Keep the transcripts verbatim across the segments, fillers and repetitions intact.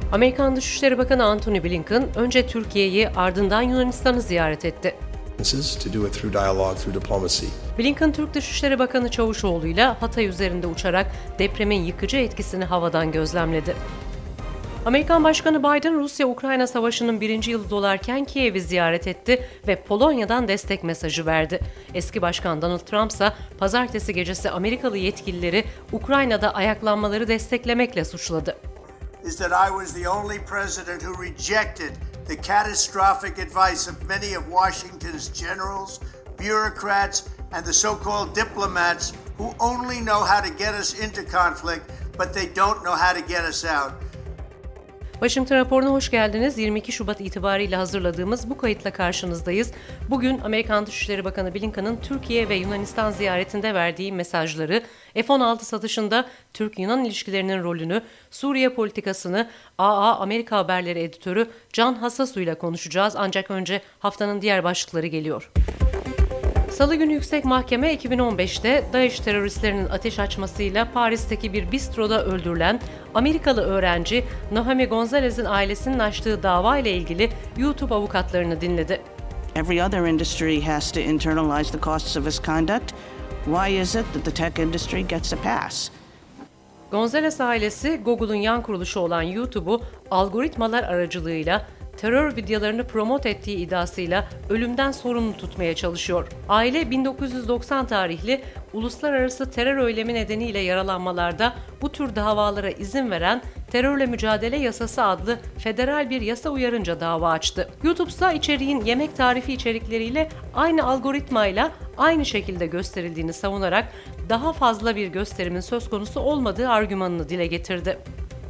Amerikan Dışişleri Bakanı Antony Blinken önce Türkiye'yi ardından Yunanistan'ı ziyaret etti. To do it through dialogue, through diplomacy. Blinken, Türk Dışişleri Bakanı Çavuşoğlu'yla Hatay üzerinde uçarak depremin yıkıcı etkisini havadan gözlemledi. Amerikan Başkanı Biden, Rusya-Ukrayna Savaşı'nın birinci yılı dolarken Kiev'i ziyaret etti ve Polonya'dan destek mesajı verdi. Eski Başkan Donald Trump ise pazartesi gecesi Amerikalı yetkilileri Ukrayna'da ayaklanmaları desteklemekle suçladı. Is that I was the only president who rejected the catastrophic advice of many of Washington's generals, bureaucrats, and the so-called diplomats who only know how to get us into conflict, but they don't know how to get us out. Washington raporuna hoş geldiniz. yirmi iki Şubat itibariyle hazırladığımız bu kayıtla karşınızdayız. Bugün Amerikan Dışişleri Bakanı Blinken'ın Türkiye ve Yunanistan ziyaretinde verdiği mesajları, F on altı satışında Türk-Yunan ilişkilerinin rolünü, Suriye politikasını A A Amerika Haberleri editörü Can Hasasu ile konuşacağız. Ancak önce haftanın diğer başlıkları geliyor. Salı günü Yüksek Mahkeme iki bin on beşte DAEŞ teröristlerinin ateş açmasıyla Paris'teki bir bistroda öldürülen Amerikalı öğrenci Nohemi Gonzalez'in ailesinin açtığı dava ile ilgili YouTube avukatlarını dinledi. Every other industry has to internalize the costs of its conduct. Why is it that the tech industry gets a pass? Gonzalez ailesi, Google'un yan kuruluşu olan YouTube'u algoritmalar aracılığıyla terör videolarını promote ettiği iddiasıyla ölümden sorumlu tutmaya çalışıyor. Aile bin dokuz yüz doksan tarihli uluslararası terör eylemi nedeniyle yaralanmalarda bu tür davalara izin veren Terörle Mücadele Yasası adlı federal bir yasa uyarınca dava açtı. YouTube'da içeriğin yemek tarifi içerikleriyle aynı algoritmayla aynı şekilde gösterildiğini savunarak daha fazla bir gösterimin söz konusu olmadığı argümanını dile getirdi.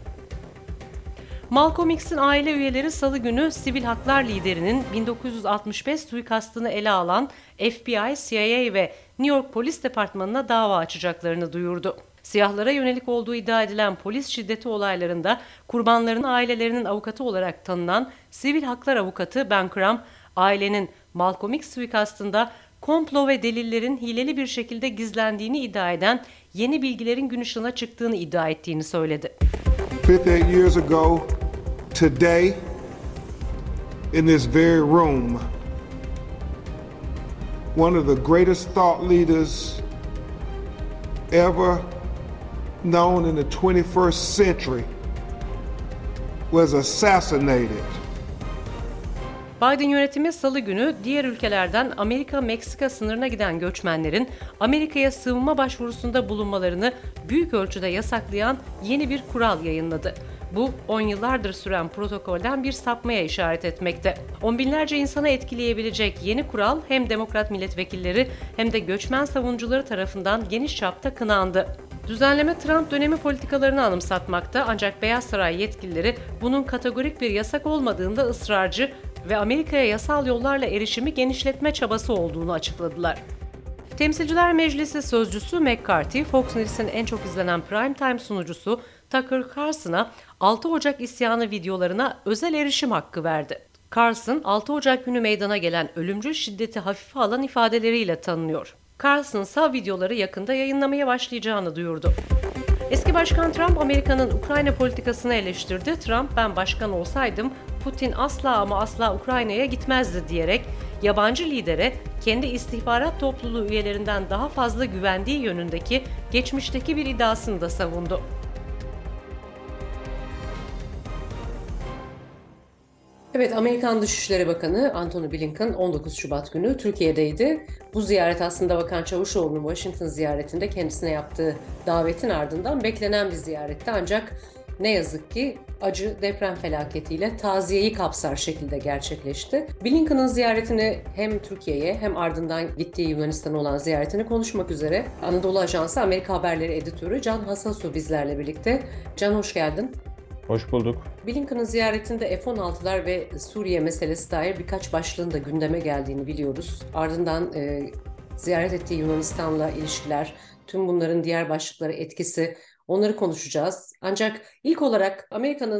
Malcolm X'in aile üyeleri Salı günü sivil haklar liderinin bin dokuz yüz altmış beş suikastını ele alan F B I, C I A ve New York Polis Departmanı'na dava açacaklarını duyurdu. Siyahlara yönelik olduğu iddia edilen polis şiddeti olaylarında kurbanların ailelerinin avukatı olarak tanınan sivil haklar avukatı Ben Crump, ailenin Malcolm X suikastında komplo ve delillerin hileli bir şekilde gizlendiğini iddia eden yeni bilgilerin gün ışığına çıktığını iddia ettiğini söyledi. fifty-eight years ago today, in this very room, one of the greatest thought leaders ever known in the twenty-first century was assassinated. Biden yönetimi Salı günü diğer ülkelerden Amerika-Meksika sınırına giden göçmenlerin Amerika'ya sığınma başvurusunda bulunmalarını büyük ölçüde yasaklayan yeni bir kural yayınladı. Bu, on yıllardır süren protokolden bir sapmaya işaret etmekte. On binlerce insanı etkileyebilecek yeni kural hem Demokrat milletvekilleri hem de göçmen savunucuları tarafından geniş çapta kınandı. Düzenleme Trump dönemi politikalarını anımsatmakta, ancak Beyaz Saray yetkilileri bunun kategorik bir yasak olmadığında ısrarcı ve Amerika'ya yasal yollarla erişimi genişletme çabası olduğunu açıkladılar. Temsilciler Meclisi sözcüsü McCarthy, Fox News'in en çok izlenen primetime sunucusu Tucker Carlson'a altı Ocak isyanı videolarına özel erişim hakkı verdi. Carlson, altı Ocak günü meydana gelen ölümcül şiddeti hafife alan ifadeleriyle tanınıyor. Carlson ise videoları yakında yayınlamaya başlayacağını duyurdu. Eski Başkan Trump, Amerika'nın Ukrayna politikasını eleştirdi. Trump, ben başkan olsaydım Putin asla ama asla Ukrayna'ya gitmezdi diyerek yabancı lidere kendi istihbarat topluluğu üyelerinden daha fazla güvendiği yönündeki geçmişteki bir iddiasını da savundu. Evet, Amerikan Dışişleri Bakanı Antony Blinken on dokuz Şubat günü Türkiye'deydi. Bu ziyaret aslında Bakan Çavuşoğlu'nun Washington ziyaretinde kendisine yaptığı davetin ardından beklenen bir ziyaretti. Ancak ne yazık ki acı deprem felaketiyle taziyeyi kapsar şekilde gerçekleşti. Blinken'ın ziyaretini hem Türkiye'ye hem ardından gittiği Yunanistan'a olan ziyaretini konuşmak üzere Anadolu Ajansı Amerika Haberleri editörü Can Hasasu bizlerle birlikte. Can, hoş geldin. Hoş bulduk. Blinken'ın ziyaretinde F on altılar ve Suriye meselesi dair birkaç başlığın da gündeme geldiğini biliyoruz. Ardından e, ziyaret ettiği Yunanistan'la ilişkiler, tüm bunların diğer başlıklara etkisi, onları konuşacağız. Ancak ilk olarak Amerika'nın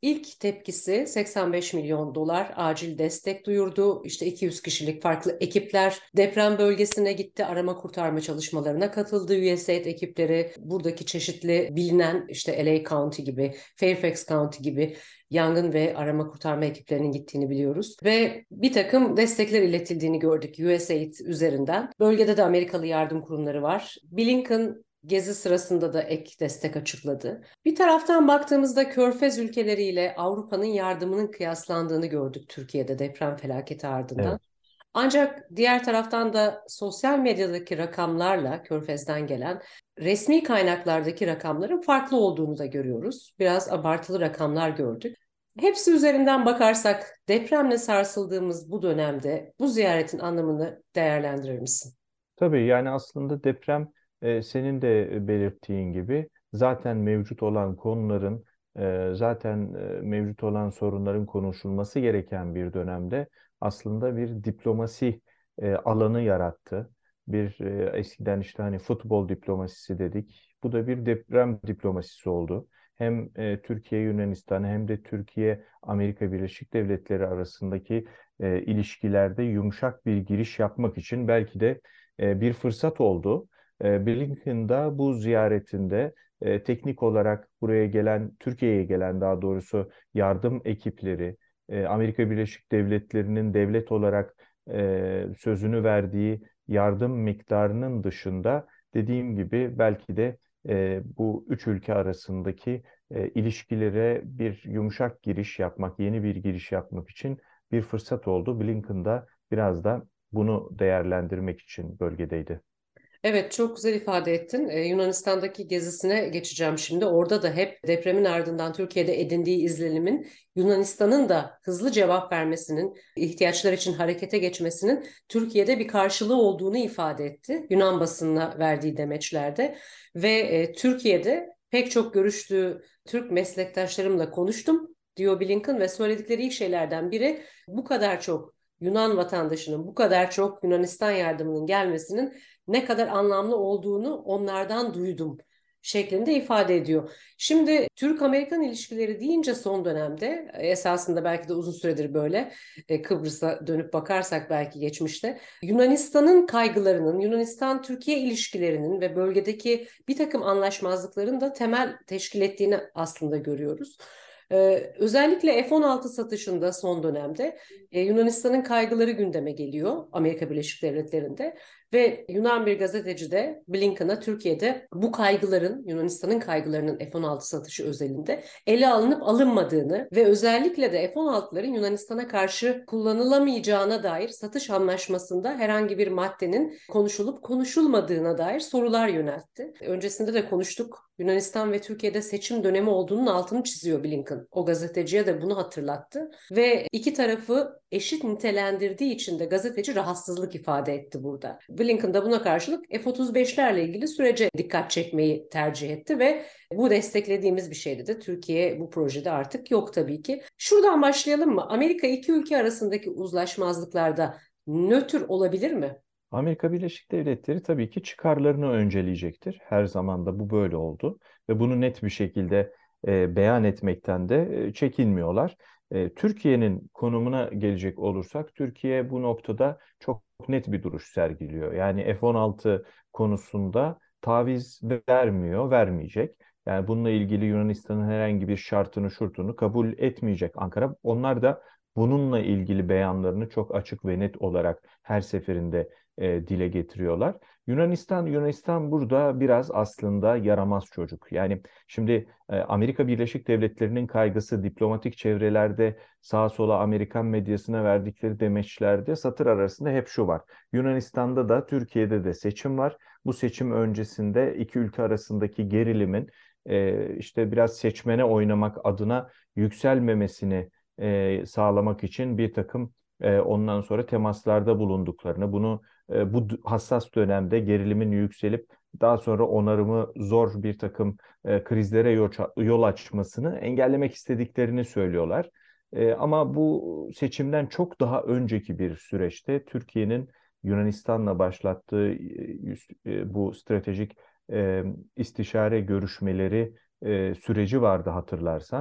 İlk tepkisi seksen beş milyon dolar acil destek duyurdu. İşte iki yüz kişilik farklı ekipler deprem bölgesine gitti. Arama kurtarma çalışmalarına katıldı. U S A I D ekipleri buradaki çeşitli bilinen işte L A County gibi, Fairfax County gibi yangın ve arama kurtarma ekiplerinin gittiğini biliyoruz. Ve bir takım destekler iletildiğini gördük U S A I D üzerinden. Bölgede de Amerikalı yardım kurumları var. Blinken gezi sırasında da ek destek açıkladı. Bir taraftan baktığımızda Körfez ülkeleriyle Avrupa'nın yardımının kıyaslandığını gördük Türkiye'de deprem felaketi ardından. Evet. Ancak diğer taraftan da sosyal medyadaki rakamlarla Körfez'den gelen resmi kaynaklardaki rakamların farklı olduğunu da görüyoruz. Biraz abartılı rakamlar gördük. Hepsi üzerinden bakarsak depremle sarsıldığımız bu dönemde bu ziyaretin anlamını değerlendirir misin? Tabii yani aslında deprem e, senin de belirttiğin gibi zaten mevcut olan konuların e, zaten e, mevcut olan sorunların konuşulması gereken bir dönemde aslında bir diplomasi e, alanı yarattı. Bir e, eskiden işte hani futbol diplomasisi dedik. Bu da bir deprem diplomasisi oldu. Hem e, Türkiye Yunanistan hem de Türkiye Amerika Birleşik Devletleri arasındaki e, ilişkilerde yumuşak bir giriş yapmak için belki de e, bir fırsat oldu. E, Blinken da bu ziyaretinde e, teknik olarak buraya gelen, Türkiye'ye gelen daha doğrusu yardım ekipleri, e, Amerika Birleşik Devletleri'nin devlet olarak e, sözünü verdiği yardım miktarının dışında dediğim gibi belki de e, bu üç ülke arasındaki e, ilişkilere bir yumuşak giriş yapmak, yeni bir giriş yapmak için bir fırsat oldu. Blinken da biraz da bunu değerlendirmek için bölgedeydi. Evet, çok güzel ifade ettin. Ee, Yunanistan'daki gezisine geçeceğim şimdi. Orada da hep depremin ardından Türkiye'de edindiği izlenimin Yunanistan'ın da hızlı cevap vermesinin, ihtiyaçlar için harekete geçmesinin Türkiye'de bir karşılığı olduğunu ifade etti. Yunan basınına verdiği demeçlerde ve e, Türkiye'de pek çok görüştüğü Türk meslektaşlarımla konuştum diyor Blinken ve söyledikleri ilk şeylerden biri bu kadar çok Yunan vatandaşının, bu kadar çok Yunanistan yardımının gelmesinin ne kadar anlamlı olduğunu onlardan duydum şeklinde ifade ediyor. Şimdi Türk-Amerikan ilişkileri deyince son dönemde esasında belki de uzun süredir böyle Kıbrıs'a dönüp bakarsak belki geçmişte Yunanistan'ın kaygılarının, Yunanistan-Türkiye ilişkilerinin ve bölgedeki bir takım anlaşmazlıkların da temel teşkil ettiğini aslında görüyoruz. Ee, özellikle F on altı satışında son dönemde e, Yunanistan'ın kaygıları gündeme geliyor Amerika Birleşik Devletleri'nde ve Yunan bir gazeteci de Blinken'a Türkiye'de bu kaygıların Yunanistan'ın kaygılarının F on altı satışı özelinde ele alınıp alınmadığını ve özellikle de F on altıların Yunanistan'a karşı kullanılamayacağına dair satış anlaşmasında herhangi bir maddenin konuşulup konuşulmadığına dair sorular yöneltti. Öncesinde de konuştuk. Yunanistan ve Türkiye'de seçim dönemi olduğunun altını çiziyor Blinken. O gazeteciye de bunu hatırlattı ve iki tarafı eşit nitelendirdiği için de gazeteci rahatsızlık ifade etti burada. Blinken da buna karşılık F otuz beşlerle ilgili sürece dikkat çekmeyi tercih etti ve bu desteklediğimiz bir şeydi de Türkiye bu projede artık yok tabii ki. Şuradan başlayalım mı? Amerika iki ülke arasındaki uzlaşmazlıklarda nötr olabilir mi? Amerika Birleşik Devletleri tabii ki çıkarlarını önceleyecektir. Her zaman da bu böyle oldu ve bunu net bir şekilde e, beyan etmekten de e, çekinmiyorlar. E, Türkiye'nin konumuna gelecek olursak, Türkiye bu noktada çok net bir duruş sergiliyor. Yani F on altı konusunda taviz vermiyor, vermeyecek. Yani bununla ilgili Yunanistan'ın herhangi bir şartını, şurtunu kabul etmeyecek Ankara. Onlar da bununla ilgili beyanlarını çok açık ve net olarak her seferinde e, dile getiriyorlar. Yunanistan Yunanistan burada biraz aslında yaramaz çocuk. Yani şimdi e, Amerika Birleşik Devletleri'nin kaygısı diplomatik çevrelerde sağa sola Amerikan medyasına verdikleri demeçlerde satır arasında hep şu var. Yunanistan'da da Türkiye'de de seçim var. Bu seçim öncesinde iki ülke arasındaki gerilimin e, işte biraz seçmene oynamak adına yükselmemesini e, sağlamak için bir takım e, ondan sonra temaslarda bulunduklarını, bunu e, bu hassas dönemde gerilimin yükselip daha sonra onarımı zor bir takım e, krizlere yol, yol açmasını engellemek istediklerini söylüyorlar. E, ama bu seçimden çok daha önceki bir süreçte Türkiye'nin Yunanistan'la başlattığı e, e, bu stratejik e, istişare görüşmeleri e, süreci vardı hatırlarsan.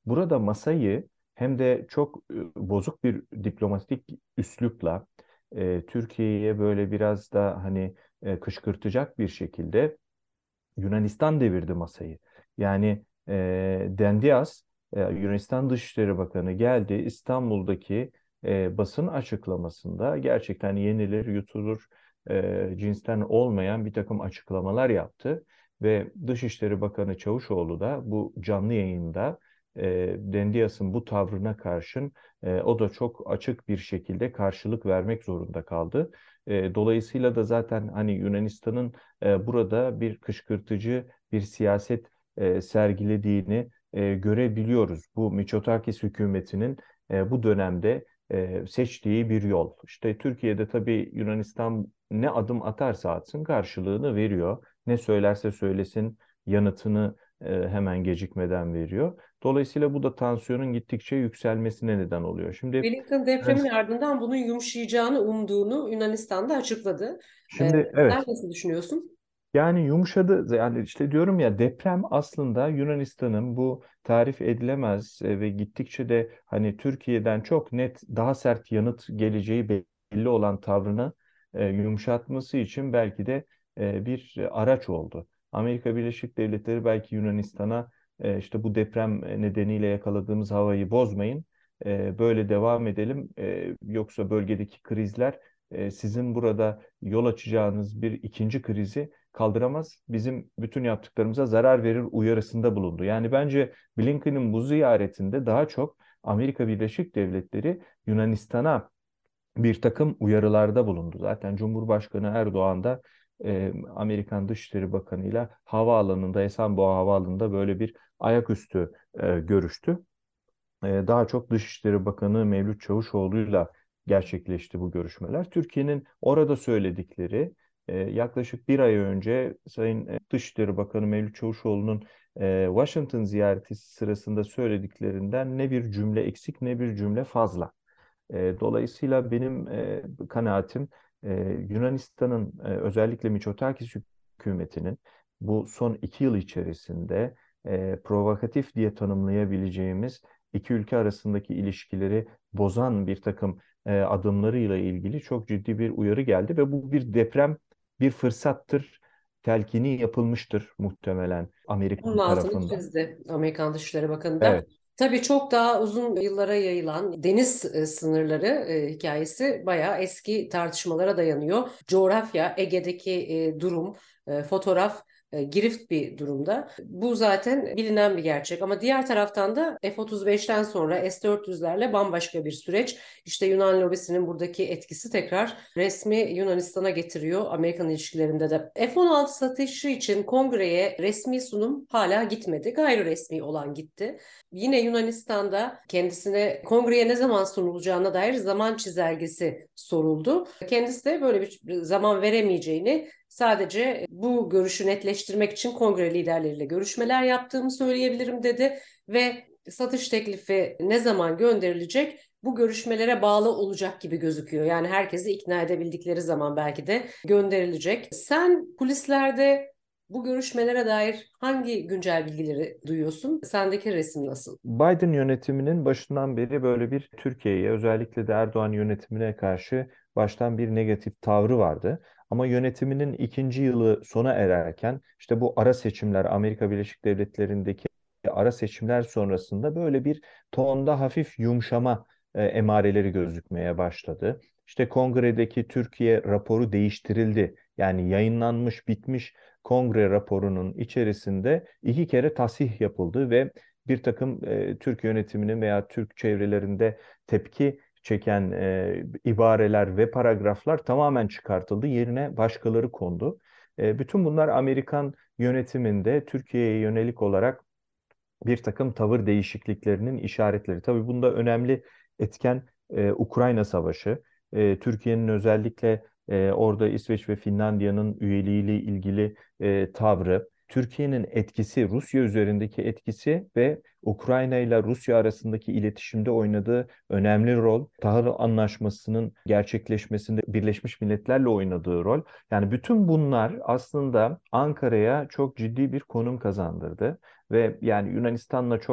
burada masayı hem de çok e, bozuk bir diplomatik üslupla e, Türkiye'ye böyle biraz da hani e, kışkırtacak bir şekilde Yunanistan devirdi masayı. Yani e, Dendias, e, Yunanistan Dışişleri Bakanı geldi İstanbul'daki e, basın açıklamasında gerçekten yenilir yutulur e, cinsten olmayan bir takım açıklamalar yaptı. Ve Dışişleri Bakanı Çavuşoğlu da bu canlı yayında e, Dendias'ın bu tavrına karşın e, o da çok açık bir şekilde karşılık vermek zorunda kaldı. E, dolayısıyla da zaten hani Yunanistan'ın e, burada bir kışkırtıcı bir siyaset e, sergilediğini e, görebiliyoruz. Bu Mitsotakis hükümetinin e, bu dönemde e, seçtiği bir yol. İşte Türkiye'de tabii Yunanistan ne adım atarsa atsın karşılığını veriyor. Ne söylerse söylesin yanıtını e, hemen gecikmeden veriyor. Dolayısıyla bu da tansiyonun gittikçe yükselmesine neden oluyor. Şimdi Wellington depremin ardından bunun yumuşayacağını umduğunu Yunanistan'da açıkladı. Ee, şimdi Sen evet. nasıl düşünüyorsun? Yani yumuşadı. Yani işte diyorum ya deprem aslında Yunanistan'ın bu tarif edilemez e, ve gittikçe de hani Türkiye'den çok net daha sert yanıt geleceği belli olan tavrını e, yumuşatması için belki de e, bir araç oldu. Amerika Birleşik Devletleri belki Yunanistan'a e, işte bu deprem nedeniyle yakaladığımız havayı bozmayın. E, böyle devam edelim. E, yoksa bölgedeki krizler e, sizin burada yol açacağınız bir ikinci krizi kaldıramaz. Bizim bütün yaptıklarımıza zarar verir uyarısında bulundu. Yani bence Blinken'in bu ziyaretinde daha çok Amerika Birleşik Devletleri Yunanistan'a bir takım uyarılarda bulundu. Zaten Cumhurbaşkanı Erdoğan da e, Amerikan Dışişleri Bakanı'yla havaalanında, Esenboğa Havaalanı'nda böyle bir ayaküstü e, görüştü. E, daha çok Dışişleri Bakanı Mevlüt Çavuşoğlu'yla gerçekleşti bu görüşmeler. Türkiye'nin orada söyledikleri e, yaklaşık bir ay önce Sayın e, Dışişleri Bakanı Mevlüt Çavuşoğlu'nun e, Washington ziyareti sırasında söylediklerinden ne bir cümle eksik ne bir cümle fazla. E, dolayısıyla benim e, kanaatim e, Yunanistan'ın e, özellikle Mitsotakis hükümetinin bu son iki yıl içerisinde e, provokatif diye tanımlayabileceğimiz iki ülke arasındaki ilişkileri bozan bir takım e, adımlarıyla ilgili çok ciddi bir uyarı geldi ve bu bir deprem, bir fırsattır, telkini yapılmıştır muhtemelen Bunun Amerikan altını tarafından. çizdi Amerikan Dışişleri Bakanı da. Evet. Tabii çok daha uzun yıllara yayılan deniz e, sınırları e, hikayesi bayağı eski tartışmalara dayanıyor. Coğrafya, Ege'deki e, durum, e, fotoğraf e, girift bir durumda. Bu zaten bilinen bir gerçek. Ama diğer taraftan da F otuz beşten sonra S dört yüzlerle bambaşka bir süreç. İşte Yunan lobisinin buradaki etkisi tekrar resmi Yunanistan'a getiriyor Amerikan ilişkilerinde de. F on altı satışı için kongreye resmi sunum hala gitmedi. Gayri resmi olan gitti. Yine Yunanistan'da kendisine kongreye ne zaman sunulacağına dair zaman çizelgesi soruldu. Kendisi de böyle bir zaman veremeyeceğini, sadece bu görüşü netleştirmek için kongre liderleriyle görüşmeler yaptığımı söyleyebilirim dedi ve satış teklifi ne zaman gönderilecek bu görüşmelere bağlı olacak gibi gözüküyor. Yani herkesi ikna edebildikleri zaman belki de gönderilecek. Sen kulislerde bu görüşmelere dair hangi güncel bilgileri duyuyorsun? Sendeki resim nasıl? Biden yönetiminin başından beri böyle bir Türkiye'ye özellikle de Erdoğan yönetimine karşı baştan bir negatif tavrı vardı. Ama yönetiminin ikinci yılı sona ererken işte bu ara seçimler Amerika Birleşik Devletleri'ndeki ara seçimler sonrasında böyle bir tonda hafif yumuşama e, emareleri gözükmeye başladı. İşte kongredeki Türkiye raporu değiştirildi. Yani yayınlanmış bitmiş kongre raporunun içerisinde iki kere tasih yapıldı ve bir takım e, Türk yönetiminin veya Türk çevrelerinde tepki çeken e, ibareler ve paragraflar tamamen çıkartıldı. Yerine başkaları kondu. E, bütün bunlar Amerikan yönetiminde Türkiye'ye yönelik olarak bir takım tavır değişikliklerinin işaretleri. Tabii bunda önemli etken e, Ukrayna Savaşı. E, Türkiye'nin özellikle e, orada İsveç ve Finlandiya'nın üyeliğiyle ilgili e, tavrı, Türkiye'nin etkisi, Rusya üzerindeki etkisi ve Ukrayna ile Rusya arasındaki iletişimde oynadığı önemli rol, tahıl anlaşmasının gerçekleşmesinde Birleşmiş Milletler'le oynadığı rol. Yani bütün bunlar aslında Ankara'ya çok ciddi bir konum kazandırdı ve yani Yunanistan'la çok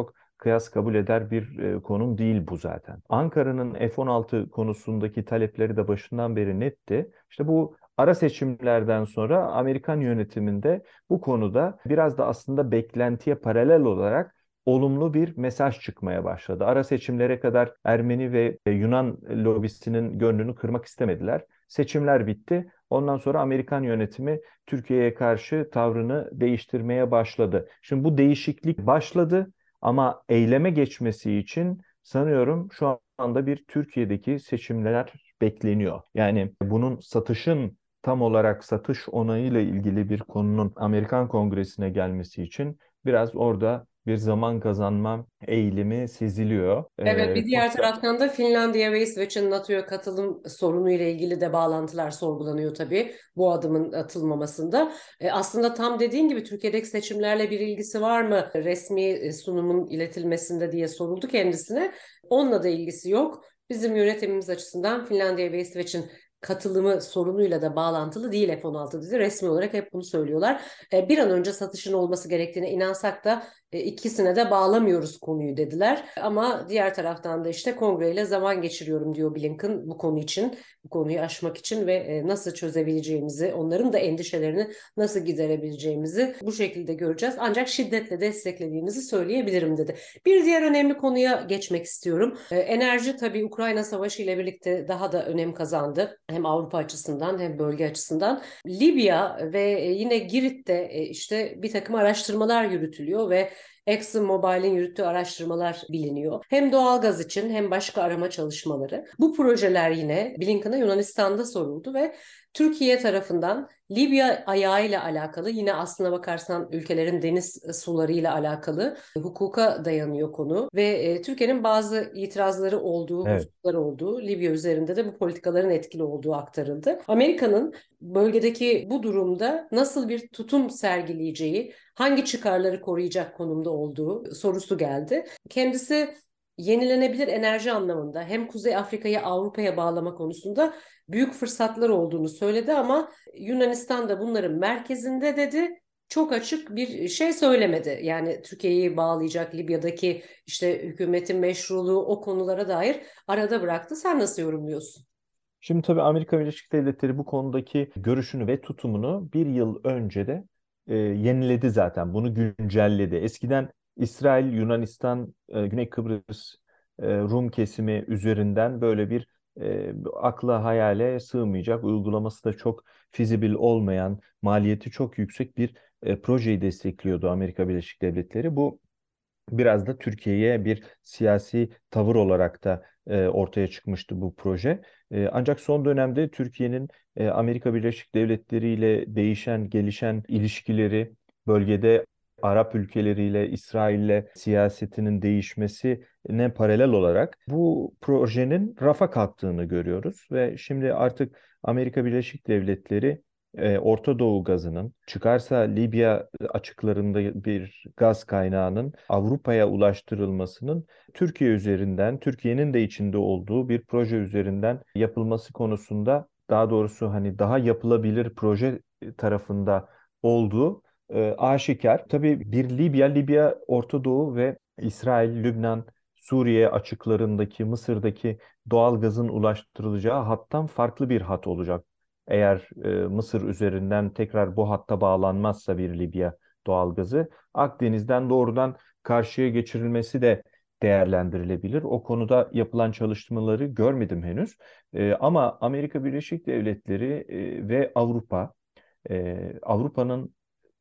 kıyas kabul eder bir e, konum değil bu zaten. Ankara'nın F on altı konusundaki talepleri de başından beri netti. İşte bu ara seçimlerden sonra Amerikan yönetiminde bu konuda biraz da aslında beklentiye paralel olarak olumlu bir mesaj çıkmaya başladı. Ara seçimlere kadar Ermeni ve Yunan lobisinin gönlünü kırmak istemediler. Seçimler bitti. Ondan sonra Amerikan yönetimi Türkiye'ye karşı tavrını değiştirmeye başladı. Şimdi bu değişiklik başladı ama eyleme geçmesi için sanıyorum şu anda bir Türkiye'deki seçimler bekleniyor. Yani bunun satışın tam olarak satış onayıyla ilgili bir konunun Amerikan Kongresi'ne gelmesi için biraz orada bir zaman kazanma eğilimi seziliyor. Evet, Ee, bir diğer taraftan da Finlandiya ve İsveç'in NATO'ya katılım sorunu ile ilgili de bağlantılar sorgulanıyor tabii bu adımın atılmamasında. E, aslında tam dediğin gibi Türkiye'deki seçimlerle bir ilgisi var mı resmi e, sunumun iletilmesinde diye soruldu kendisine. Onunla da ilgisi yok. Bizim yönetimimiz açısından Finlandiya ve İsveç'in katılımı sorunuyla da bağlantılı değil F on altı dedi. Resmi olarak hep bunu söylüyorlar. E, bir an önce satışın olması gerektiğine inansak da e, ikisine de bağlamıyoruz konuyu dediler. Ama diğer taraftan da işte kongreyle zaman geçiriyorum diyor Blinken bu konu için, bu konuyu aşmak için ve e, nasıl çözebileceğimizi, onların da endişelerini nasıl giderebileceğimizi bu şekilde göreceğiz. Ancak şiddetle desteklediğimizi söyleyebilirim dedi. Bir diğer önemli konuya geçmek istiyorum. E, enerji tabii Ukrayna Savaşı ile birlikte daha da önem kazandı. Hem Avrupa açısından hem bölge açısından. Libya ve yine Girit'te işte bir takım araştırmalar yürütülüyor ve ExxonMobil'in yürüttüğü araştırmalar biliniyor. Hem doğalgaz için hem başka arama çalışmaları. Bu projeler yine Blinken'a Yunanistan'da soruldu ve Türkiye tarafından Libya ayağıyla alakalı, yine aslına bakarsan ülkelerin deniz sularıyla alakalı hukuka dayanıyor konu ve e, Türkiye'nin bazı itirazları olduğu, evet. hususlar olduğu, Libya üzerinde de bu politikaların etkili olduğu aktarıldı. Amerika'nın bölgedeki bu durumda nasıl bir tutum sergileyeceği, hangi çıkarları koruyacak konumda olduğu sorusu geldi. Kendisi yenilenebilir enerji anlamında hem Kuzey Afrika'yı Avrupa'ya bağlama konusunda büyük fırsatlar olduğunu söyledi ama Yunanistan da bunların merkezinde dedi. Çok açık bir şey söylemedi. Yani Türkiye'yi bağlayacak Libya'daki işte hükümetin meşruluğu o konulara dair arada bıraktı. Sen nasıl yorumluyorsun? Şimdi tabii Amerika Birleşik Devletleri bu konudaki görüşünü ve tutumunu bir yıl önce de e, yeniledi zaten. Bunu güncelledi. Eskiden İsrail, Yunanistan, e, Güney Kıbrıs, e, Rum kesimi üzerinden böyle bir e, akla hayale sığmayacak, uygulaması da çok fizibil olmayan, maliyeti çok yüksek bir e, projeyi destekliyordu Amerika Birleşik Devletleri. Bu biraz da Türkiye'ye bir siyasi tavır olarak da e, ortaya çıkmıştı bu proje. E, ancak son dönemde Türkiye'nin e, Amerika Birleşik Devletleri ile değişen, gelişen ilişkileri, bölgede Arap ülkeleriyle, İsrail'le siyasetinin değişmesine paralel olarak bu projenin rafa kalktığını görüyoruz ve şimdi artık Amerika Birleşik Devletleri e, Orta Doğu gazının, çıkarsa Libya açıklarında bir gaz kaynağının Avrupa'ya ulaştırılmasının Türkiye üzerinden, Türkiye'nin de içinde olduğu bir proje üzerinden yapılması konusunda, daha doğrusu hani daha yapılabilir proje tarafında olduğu e, aşikar. Tabii bir Libya, Libya, Orta Doğu ve İsrail, Lübnan, Suriye açıklarındaki, Mısır'daki doğal gazın ulaştırılacağı hattan farklı bir hat olacak. Eğer e, Mısır üzerinden tekrar bu hatta bağlanmazsa bir Libya doğalgazı, Akdeniz'den doğrudan karşıya geçirilmesi de değerlendirilebilir. O konuda yapılan çalışmaları görmedim henüz. E, ama Amerika Birleşik Devletleri e, ve Avrupa, e, Avrupa'nın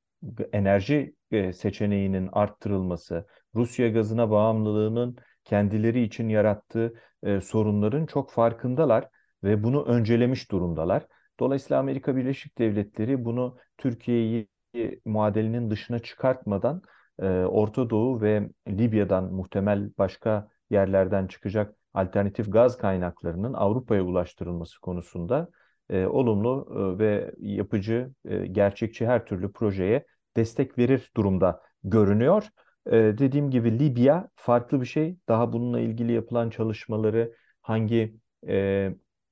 enerji e, seçeneğinin arttırılması, Rusya gazına bağımlılığının kendileri için yarattığı e, sorunların çok farkındalar ve bunu öncelemiş durumdalar. Dolayısıyla Amerika Birleşik Devletleri bunu Türkiye'yi muadilinin dışına çıkartmadan e, Orta Doğu ve Libya'dan muhtemel başka yerlerden çıkacak alternatif gaz kaynaklarının Avrupa'ya ulaştırılması konusunda e, olumlu e, ve yapıcı, e, gerçekçi her türlü projeye destek verir durumda görünüyor. E, dediğim gibi Libya farklı bir şey. Daha bununla ilgili yapılan çalışmaları hangi e,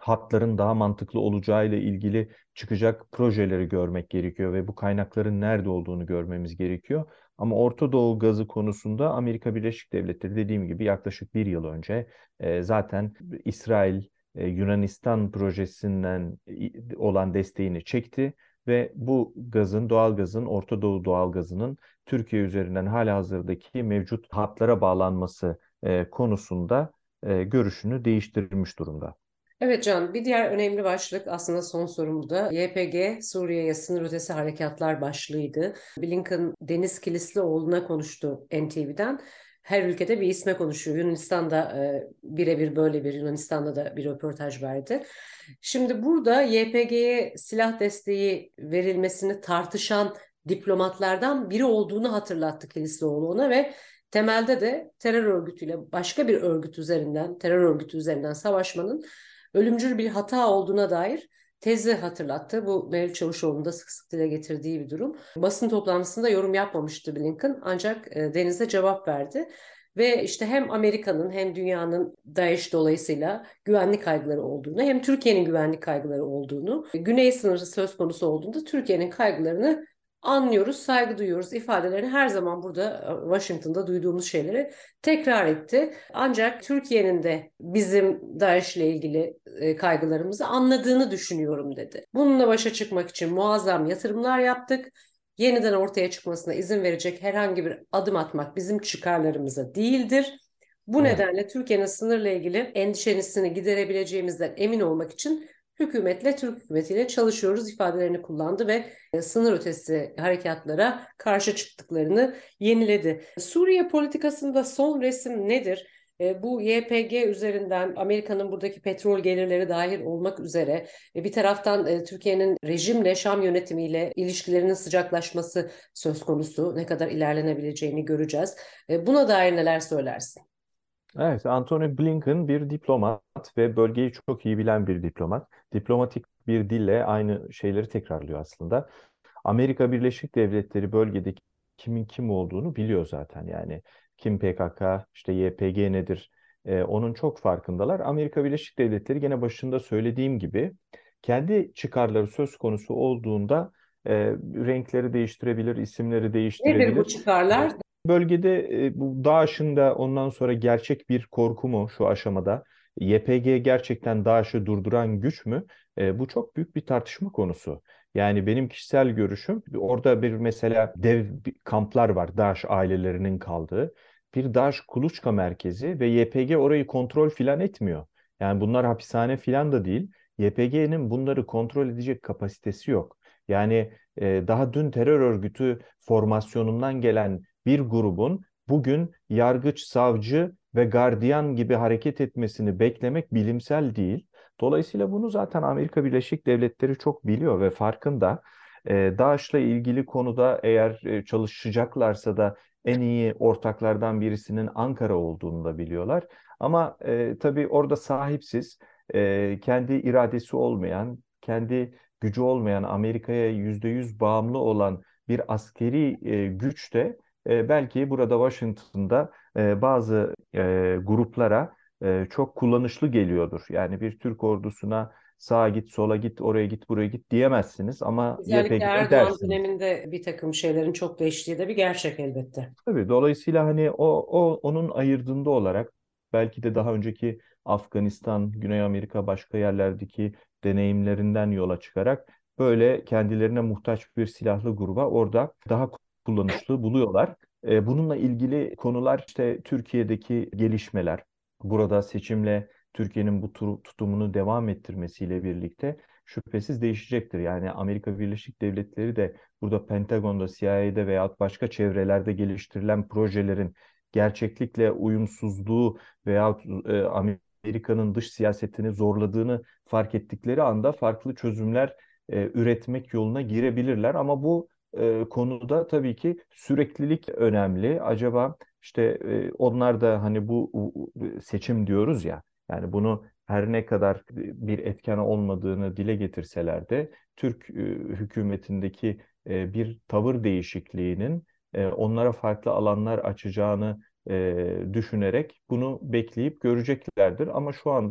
hatların daha mantıklı olacağıyla ilgili çıkacak projeleri görmek gerekiyor ve bu kaynakların nerede olduğunu görmemiz gerekiyor. Ama Orta Doğu gazı konusunda Amerika Birleşik Devletleri dediğim gibi yaklaşık bir yıl önce e, zaten İsrail, e, Yunanistan projesinden olan desteğini çekti ve bu gazın, doğal gazın, Orta Doğu doğal gazının Türkiye üzerinden halihazırdaki mevcut hatlara bağlanması e, konusunda e, görüşünü değiştirmiş durumda. Evet Can, bir diğer önemli başlık aslında son sorumda Y P G Suriye'ye sınır ötesi harekatlar başlığıydı. Blinken Deniz Kilislioğlu'na konuştu N T V'den. Her ülkede bir isme konuşuyor. Yunanistan'da e, birebir böyle bir Yunanistan'da da bir röportaj verdi. Şimdi burada Y P G'ye silah desteği verilmesini tartışan diplomatlardan biri olduğunu hatırlattı Kilislioğlu ona ve temelde de terör örgütüyle başka bir örgüt üzerinden, terör örgütü üzerinden savaşmanın ölümcül bir hata olduğuna dair tezi hatırlattı. Bu Mevlüt Çavuşoğlu'nun da sık sık dile getirdiği bir durum. Basın toplantısında yorum yapmamıştı Blinken ancak e, Deniz'e cevap verdi. Ve işte hem Amerika'nın hem dünyanın DAEŞ dolayısıyla güvenlik kaygıları olduğunu hem Türkiye'nin güvenlik kaygıları olduğunu, güney sınırı söz konusu olduğunda Türkiye'nin kaygılarını anlıyoruz, saygı duyuyoruz ifadelerini her zaman burada Washington'da duyduğumuz şeyleri tekrar etti. Ancak Türkiye'nin de bizim DAEŞ'le ilgili kaygılarımızı anladığını düşünüyorum dedi. Bununla başa çıkmak için muazzam yatırımlar yaptık. Yeniden ortaya çıkmasına izin verecek herhangi bir adım atmak bizim çıkarlarımıza değildir. Bu Evet. nedenle Türkiye'nin sınırla ilgili endişesini giderebileceğimizden emin olmak için hükümetle, Türk hükümetiyle çalışıyoruz ifadelerini kullandı ve sınır ötesi harekatlara karşı çıktıklarını yeniledi. Suriye politikasında son resim nedir? Bu Y P G üzerinden Amerika'nın buradaki petrol gelirleri dahil olmak üzere bir taraftan Türkiye'nin rejimle, Şam yönetimiyle ilişkilerinin sıcaklaşması söz konusu. Ne kadar ilerlenebileceğini göreceğiz. Buna dair neler söylersin? Evet, Antony Blinken bir diplomat ve bölgeyi çok iyi bilen bir diplomat. Diplomatik bir dille aynı şeyleri tekrarlıyor aslında. Amerika Birleşik Devletleri bölgedeki kimin kim olduğunu biliyor zaten. Yani kim P K K, işte Y P G nedir? Ee, onun çok farkındalar. Amerika Birleşik Devletleri gene başında söylediğim gibi kendi çıkarları söz konusu olduğunda e, renkleri değiştirebilir, isimleri Nedir bu değiştirebilir. çıkarlar? Bölgede e, bu DAEŞ'in de ondan sonra gerçek bir korku mu şu aşamada? Y P G gerçekten DAEŞ'i durduran güç mü? E, bu çok büyük bir tartışma konusu. Yani benim kişisel görüşüm orada bir mesela dev bir kamplar var DAEŞ ailelerinin kaldığı. Bir DAEŞ kuluçka merkezi ve Y P G orayı kontrol filan etmiyor. Yani bunlar hapishane filan da değil. Y P G'nin bunları kontrol edecek kapasitesi yok. Yani e, daha dün terör örgütü formasyonundan gelen bir grubun bugün yargıç, savcı ve gardiyan gibi hareket etmesini beklemek bilimsel değil. Dolayısıyla bunu zaten Amerika Birleşik Devletleri çok biliyor ve farkında. E, DAEŞ'la ilgili konuda eğer e, çalışacaklarsa da en iyi ortaklardan birisinin Ankara olduğunu da biliyorlar. Ama e, tabii orada sahipsiz, e, kendi iradesi olmayan, kendi gücü olmayan, Amerika'ya yüzde yüz bağımlı olan bir askeri e, güç de e, belki burada Washington'da e, bazı e, gruplara e, çok kullanışlı geliyordur. Yani bir Türk ordusuna sağa git, sola git, oraya git, buraya git diyemezsiniz ama Özellikle Y P G'ye Erdoğan dersiniz. döneminde bir takım şeylerin çok değiştiği de bir gerçek elbette. Tabii dolayısıyla hani o, o onun ayırdığında olarak belki de daha önceki Afganistan, Güney Amerika başka yerlerdeki deneyimlerinden yola çıkarak böyle kendilerine muhtaç bir silahlı gruba orada daha kullanışlı buluyorlar. Ee, bununla ilgili konular işte Türkiye'deki gelişmeler, burada seçimle Türkiye'nin bu tur- tutumunu devam ettirmesiyle birlikte şüphesiz değişecektir. Yani Amerika Birleşik Devletleri de burada Pentagon'da, C I A'de veya başka çevrelerde geliştirilen projelerin gerçeklikle uyumsuzluğu veya e, Amerika'nın dış siyasetini zorladığını fark ettikleri anda farklı çözümler e, üretmek yoluna girebilirler. Ama bu e, konuda tabii ki süreklilik önemli. Acaba işte e, onlar da hani bu u- u- seçim diyoruz ya, yani bunu her ne kadar bir etken olmadığını dile getirseler de Türk e, hükümetindeki e, bir tavır değişikliğinin e, onlara farklı alanlar açacağını e, düşünerek bunu bekleyip göreceklerdir. Ama şu anda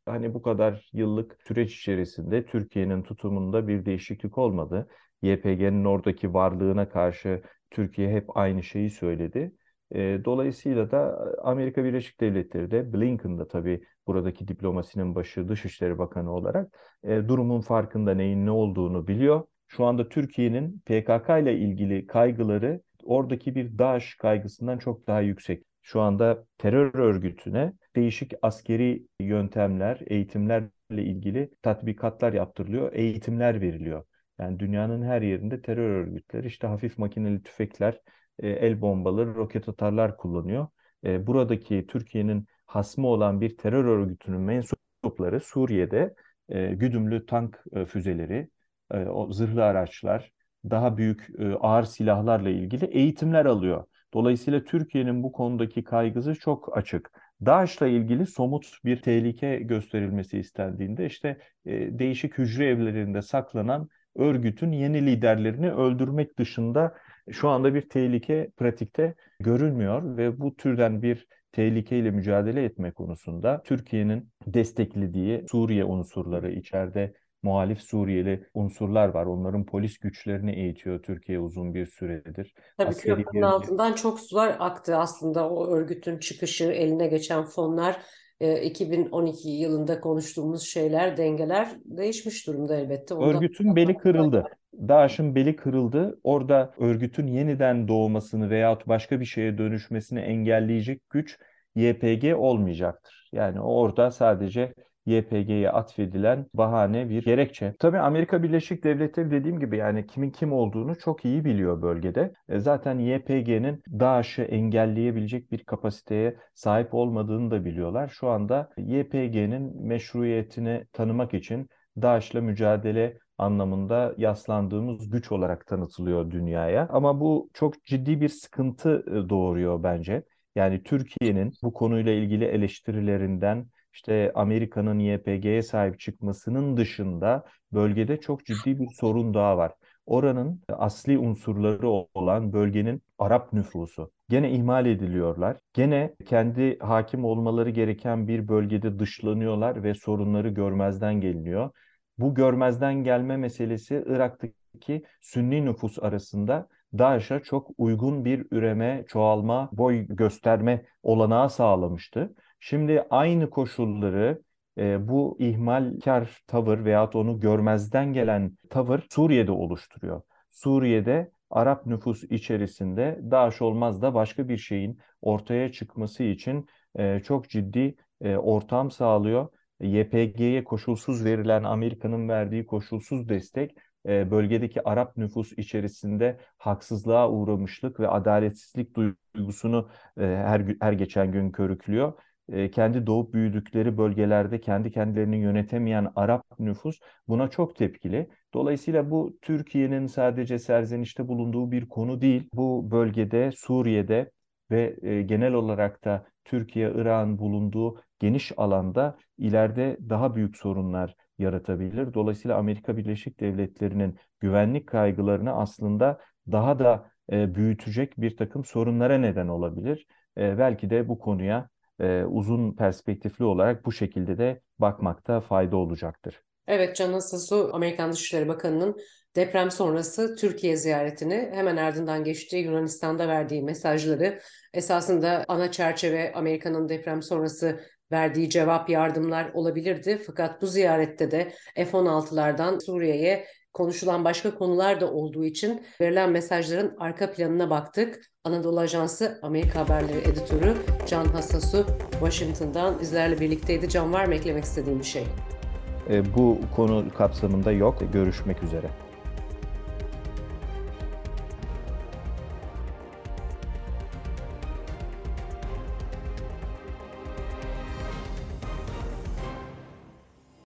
Hani bu kadar yıllık süreç içerisinde Türkiye'nin tutumunda bir değişiklik olmadı. Y P G'nin oradaki varlığına karşı Türkiye hep aynı şeyi söyledi. E, dolayısıyla da Amerika Birleşik Devletleri de, Blinken da tabii buradaki diplomasinin başı, Dışişleri Bakanı olarak e, durumun farkında, neyin ne olduğunu biliyor. Şu anda Türkiye'nin P K K ile ilgili kaygıları oradaki bir DAEŞ kaygısından çok daha yüksek. Şu anda terör örgütüne değişik askeri yöntemler, eğitimlerle ilgili tatbikatlar yaptırılıyor, eğitimler veriliyor. Yani dünyanın her yerinde terör örgütleri işte hafif makineli tüfekler, e, el bombaları, roket atarlar kullanıyor. E, buradaki Türkiye'nin hasmı olan bir terör örgütünün mensupları Suriye'de e, güdümlü tank e, füzeleri, e, o zırhlı araçlar, daha büyük e, ağır silahlarla ilgili eğitimler alıyor. Dolayısıyla Türkiye'nin bu konudaki kaygısı çok açık. DAEŞ'la ilgili somut bir tehlike gösterilmesi istendiğinde işte e, değişik hücre evlerinde saklanan örgütün yeni liderlerini öldürmek dışında şu anda bir tehlike pratikte görülmüyor ve bu türden bir tehlikeyle mücadele etme konusunda Türkiye'nin desteklediği Suriye unsurları, içeride muhalif Suriyeli unsurlar var. Onların polis güçlerini eğitiyor Türkiye uzun bir süredir. Tabii Askeri köprünün bir altından çok sular aktı aslında o örgütün çıkışı, eline geçen fonlar, e, iki bin on iki yılında konuştuğumuz şeyler, dengeler değişmiş durumda elbette. Ondan örgütün beli kırıldı. DAEŞ'in beli kırıldı. Orada örgütün yeniden doğmasını veyahut başka bir şeye dönüşmesini engelleyecek güç Y P G olmayacaktır. Yani orada sadece Y P G'ye atfedilen bahane, bir gerekçe. Tabii Amerika Birleşik Devletleri dediğim gibi yani kimin kim olduğunu çok iyi biliyor bölgede. E zaten Y P G'nin DAEŞ'ı engelleyebilecek bir kapasiteye sahip olmadığını da biliyorlar. Şu anda Y P G'nin meşruiyetini tanımak için DAEŞ'le mücadele anlamında yaslandığımız güç olarak tanıtılıyor dünyaya. Ama bu çok ciddi bir sıkıntı doğuruyor bence. Yani Türkiye'nin bu konuyla ilgili eleştirilerinden işte Amerika'nın Y P G'ye sahip çıkmasının dışında bölgede çok ciddi bir sorun daha var. Oranın asli unsurları olan bölgenin Arap nüfusu gene ihmal ediliyorlar. Gene kendi hakim olmaları gereken bir bölgede dışlanıyorlar ve sorunları görmezden geliniyor. Bu görmezden gelme meselesi Irak'taki Sünni nüfus arasında DAEŞ'e çok uygun bir üreme, çoğalma, boy gösterme olanağı sağlamıştı. Şimdi aynı koşulları e, bu ihmalkar tavır veyahut onu görmezden gelen tavır Suriye'de oluşturuyor. Suriye'de Arap nüfus içerisinde DAEŞ olmaz da başka bir şeyin ortaya çıkması için e, çok ciddi e, ortam sağlıyor. Y P G'ye koşulsuz verilen Amerika'nın verdiği koşulsuz destek e, bölgedeki Arap nüfus içerisinde haksızlığa uğramışlık ve adaletsizlik duygusunu e, her her geçen gün körüklüyor. E, kendi doğup büyüdükleri bölgelerde kendi kendilerini yönetemeyen Arap nüfus buna çok tepkili. Dolayısıyla bu Türkiye'nin sadece serzenişte bulunduğu bir konu değil. Bu bölgede, Suriye'de ve e, genel olarak da Türkiye, Irak'ın bulunduğu geniş alanda ileride daha büyük sorunlar yaratabilir. Dolayısıyla Amerika Birleşik Devletleri'nin güvenlik kaygılarını aslında daha da e, büyütecek bir takım sorunlara neden olabilir. E, belki de bu konuya e, uzun perspektifli olarak bu şekilde de bakmakta fayda olacaktır. Evet, Can Sassu, Amerikan Dışişleri Bakanı'nın deprem sonrası Türkiye ziyaretini, hemen ardından geçtiği Yunanistan'da verdiği mesajları, esasında ana çerçeve Amerika'nın deprem sonrası verdiği cevap, yardımlar olabilirdi. Fakat bu ziyarette de F on altılardan Suriye'ye konuşulan başka konular da olduğu için verilen mesajların arka planına baktık. Anadolu Ajansı Amerika Haberleri editörü Can Hasasu Washington'dan bizlerle birlikteydi. Can, var mı eklemek istediğin bir şey? Bu konu kapsamında yok. Görüşmek üzere.